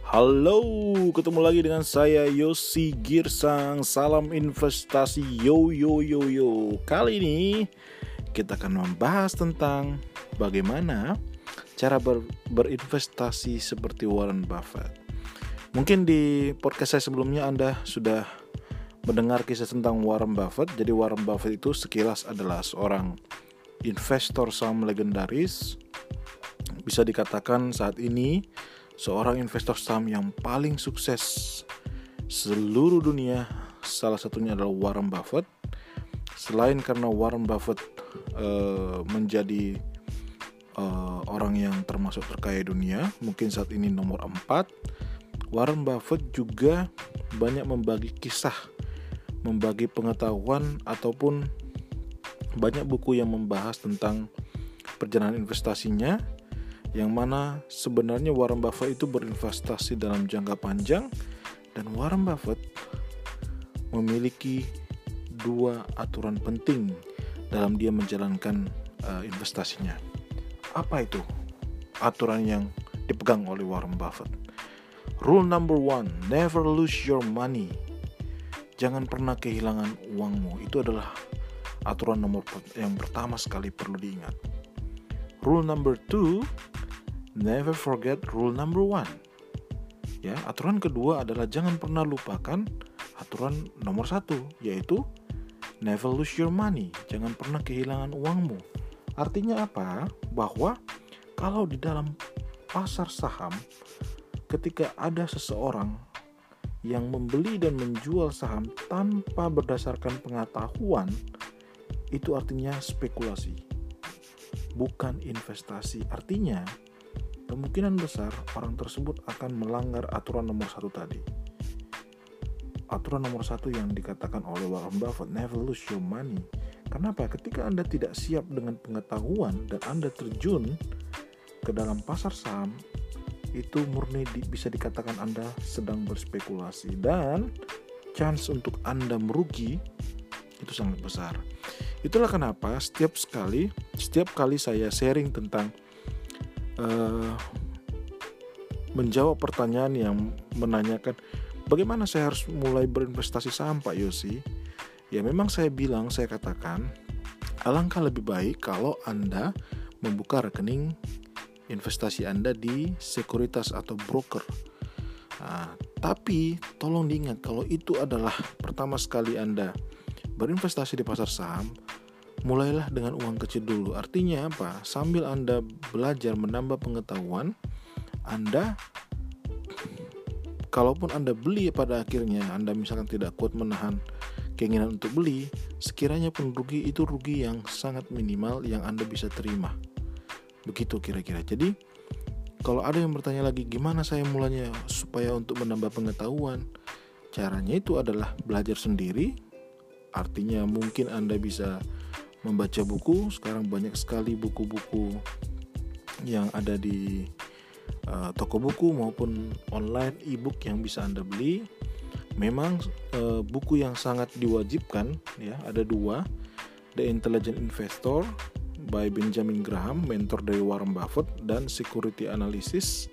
Halo, ketemu lagi dengan saya Yosi Girsang. Salam investasi, yo yo yo yo. Kali ini kita akan membahas tentang bagaimana cara berinvestasi seperti Warren Buffett. Mungkin di podcast saya sebelumnya Anda sudah mendengar kisah tentang Warren Buffett. Jadi Warren Buffett itu sekilas adalah seorang investor saham legendaris. Bisa dikatakan saat ini seorang investor saham yang paling sukses seluruh dunia, salah satunya adalah Warren Buffett. Selain karena Warren Buffett menjadi orang yang termasuk terkaya dunia, mungkin saat ini nomor 4, Warren Buffett juga banyak membagi kisah, membagi pengetahuan ataupun banyak buku yang membahas tentang perjalanan investasinya, yang mana sebenarnya Warren Buffett itu berinvestasi dalam jangka panjang, dan Warren Buffett memiliki 2 aturan penting dalam dia menjalankan investasinya. Apa itu aturan yang dipegang oleh Warren Buffett? Rule number 1, never lose your money. Jangan pernah kehilangan uangmu. Itu adalah aturan nomor yang pertama sekali perlu diingat. Rule number 2, never forget rule number 1. Ya, aturan kedua adalah jangan pernah lupakan aturan nomor 1, yaitu never lose your money. Jangan pernah kehilangan uangmu. Artinya apa? Bahwa kalau di dalam pasar saham, ketika ada seseorang yang membeli dan menjual saham tanpa berdasarkan pengetahuan, itu artinya spekulasi, bukan investasi. Artinya kemungkinan besar orang tersebut akan melanggar aturan nomor 1 tadi. Aturan nomor 1 yang dikatakan oleh Warren Buffett, never lose your money. Kenapa? Ketika Anda tidak siap dengan pengetahuan dan Anda terjun ke dalam pasar saham, itu murni bisa dikatakan Anda sedang berspekulasi, dan chance untuk Anda merugi itu sangat besar. Itulah kenapa setiap kali saya sharing tentang menjawab pertanyaan yang menanyakan bagaimana saya harus mulai berinvestasi saham, Pak Yosi, ya memang saya katakan alangkah lebih baik kalau Anda membuka rekening investasi Anda di sekuritas atau broker. Tapi tolong diingat, kalau itu adalah pertama sekali Anda berinvestasi di pasar saham, mulailah dengan uang kecil dulu. Artinya apa? Sambil Anda belajar menambah pengetahuan, kalaupun Anda beli pada akhirnya Anda misalkan tidak kuat menahan keinginan untuk beli, sekiranya pun rugi, itu rugi yang sangat minimal yang Anda bisa terima. Begitu kira-kira. Jadi kalau ada yang bertanya lagi, gimana saya mulanya supaya untuk menambah pengetahuan? Caranya itu adalah belajar sendiri. Artinya mungkin Anda bisa membaca buku. Sekarang banyak sekali buku-buku yang ada di toko buku maupun online e-book yang bisa Anda beli. Memang buku yang sangat diwajibkan, ya, ada 2, The Intelligent Investor by Benjamin Graham, mentor dari Warren Buffett, dan Security Analysis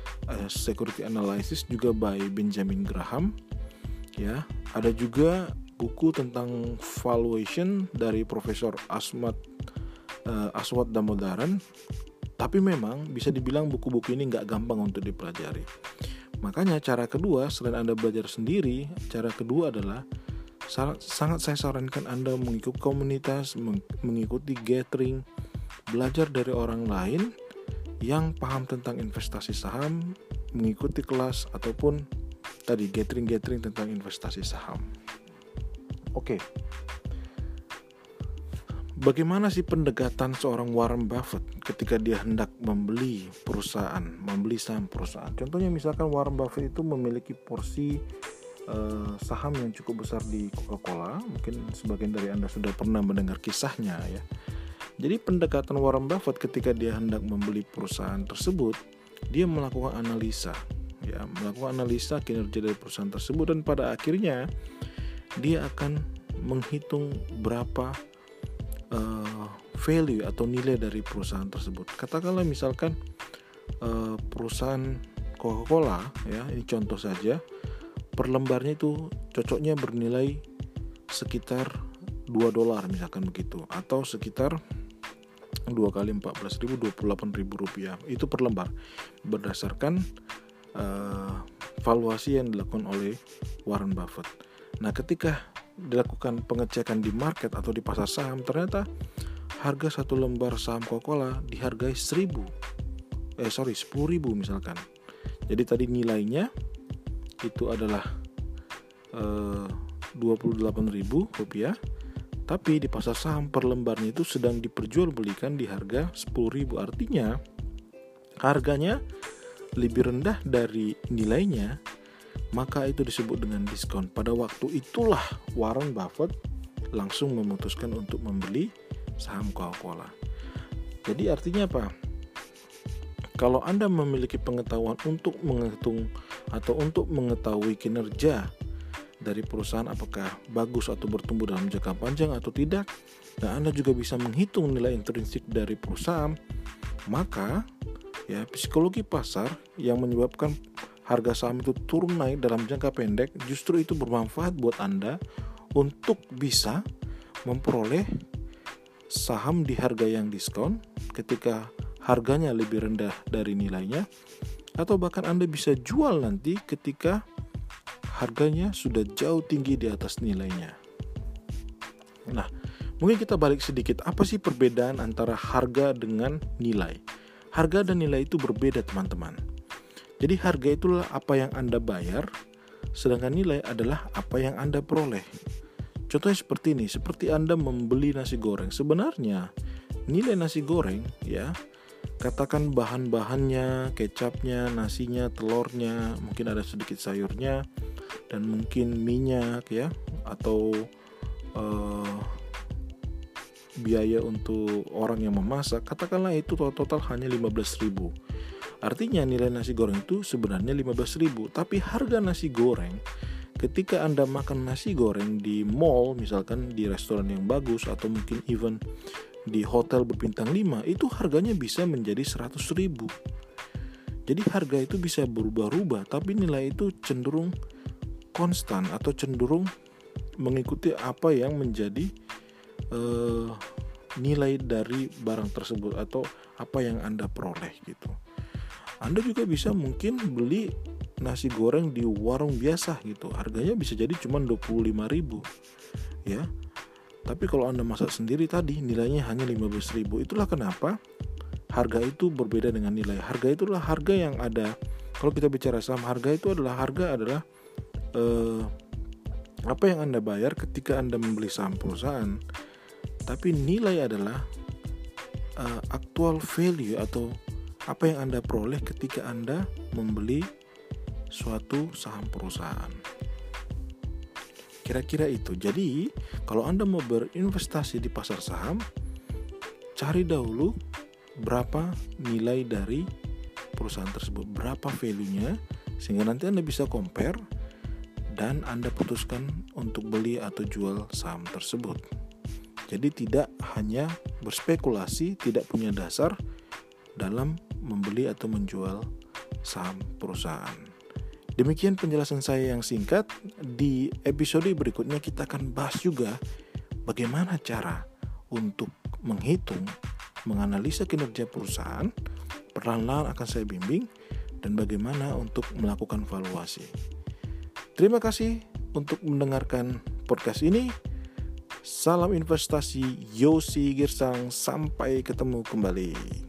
juga by Benjamin Graham. Ya, ada juga buku tentang valuation dari Profesor Aswad Damodaran. Tapi memang bisa dibilang buku-buku ini nggak gampang untuk dipelajari. Makanya cara kedua, selain Anda belajar sendiri, cara kedua adalah sangat saya sarankan Anda mengikuti komunitas, mengikuti gathering, belajar dari orang lain yang paham tentang investasi saham, mengikuti kelas ataupun tadi gathering tentang investasi saham. Oke. Bagaimana sih pendekatan seorang Warren Buffett ketika dia hendak membeli saham perusahaan? Contohnya misalkan Warren Buffett itu memiliki porsi saham yang cukup besar di Coca-Cola. Mungkin sebagian dari Anda sudah pernah mendengar kisahnya, ya. Jadi pendekatan Warren Buffett ketika dia hendak membeli perusahaan tersebut, dia melakukan analisa kinerja dari perusahaan tersebut, dan pada akhirnya dia akan menghitung berapa value atau nilai dari perusahaan tersebut. Katakanlah misalkan perusahaan Coca-Cola ya, ini contoh saja, per lembarnya itu cocoknya bernilai sekitar $2 misalkan begitu, atau sekitar 2 kali 14.000 28.000 rupiah itu per lembar berdasarkan valuasi yang dilakukan oleh Warren Buffett. Nah, ketika dilakukan pengecekan di market atau di pasar saham, ternyata harga satu lembar saham Coca-Cola dihargai 10.000 misalkan. Jadi tadi nilainya itu adalah 28.000 rupiah, tapi di pasar saham per lembarnya itu sedang diperjualbelikan di harga 10.000. Artinya harganya lebih rendah dari nilainya, maka itu disebut dengan diskon. Pada waktu itulah Warren Buffett langsung memutuskan untuk membeli saham Coca-Cola. Jadi artinya apa? Kalau Anda memiliki pengetahuan untuk menghitung atau untuk mengetahui kinerja dari perusahaan apakah bagus atau bertumbuh dalam jangka panjang atau tidak, dan Anda juga bisa menghitung nilai intrinsik dari perusahaan, maka ya psikologi pasar yang menyebabkan harga saham itu turun naik dalam jangka pendek justru itu bermanfaat buat Anda untuk bisa memperoleh saham di harga yang diskon ketika harganya lebih rendah dari nilainya, atau bahkan Anda bisa jual nanti ketika harganya sudah jauh tinggi di atas nilainya. Nah, mungkin kita balik sedikit, apa sih perbedaan antara harga dengan nilai? Harga dan nilai itu berbeda, teman-teman. Jadi harga itulah apa yang Anda bayar, sedangkan nilai adalah apa yang Anda peroleh. Contohnya seperti ini, seperti Anda membeli nasi goreng. Sebenarnya nilai nasi goreng ya, katakan bahan-bahannya, kecapnya, nasinya, telurnya, mungkin ada sedikit sayurnya, dan mungkin minyak ya, atau biaya untuk orang yang memasak, katakanlah itu total hanya 15.000. Artinya nilai nasi goreng itu sebenarnya 15.000, tapi harga nasi goreng ketika Anda makan nasi goreng di mall, misalkan di restoran yang bagus, atau mungkin even di hotel berbintang 5, itu harganya bisa menjadi 100.000. Jadi harga itu bisa berubah-ubah, tapi nilai itu cenderung konstan atau cenderung mengikuti apa yang menjadi nilai dari barang tersebut atau apa yang Anda peroleh gitu. Anda juga bisa mungkin beli nasi goreng di warung biasa gitu, harganya bisa jadi cuma 25.000 ya. Tapi kalau Anda masak sendiri tadi nilainya hanya 15.000. Itulah kenapa harga itu berbeda dengan nilai. Harga itulah harga yang ada. Kalau kita bicara saham, harga itu adalah apa yang Anda bayar ketika Anda membeli saham perusahaan. Tapi nilai adalah actual value atau apa yang Anda peroleh ketika Anda membeli suatu saham perusahaan. Kira-kira itu. Jadi kalau Anda mau berinvestasi di pasar saham, cari dahulu berapa nilai dari perusahaan tersebut, berapa value-nya, sehingga nanti Anda bisa compare dan Anda putuskan untuk beli atau jual saham tersebut. Jadi tidak hanya berspekulasi, tidak punya dasar dalam membeli atau menjual saham perusahaan. Demikian penjelasan saya yang singkat. Di episode berikutnya kita akan bahas juga bagaimana cara untuk menghitung, menganalisa kinerja perusahaan. Perlahan-lahan akan saya bimbing, dan bagaimana untuk melakukan valuasi. Terima kasih untuk mendengarkan podcast ini. Salam investasi, Yosi Girsang. Sampai ketemu kembali.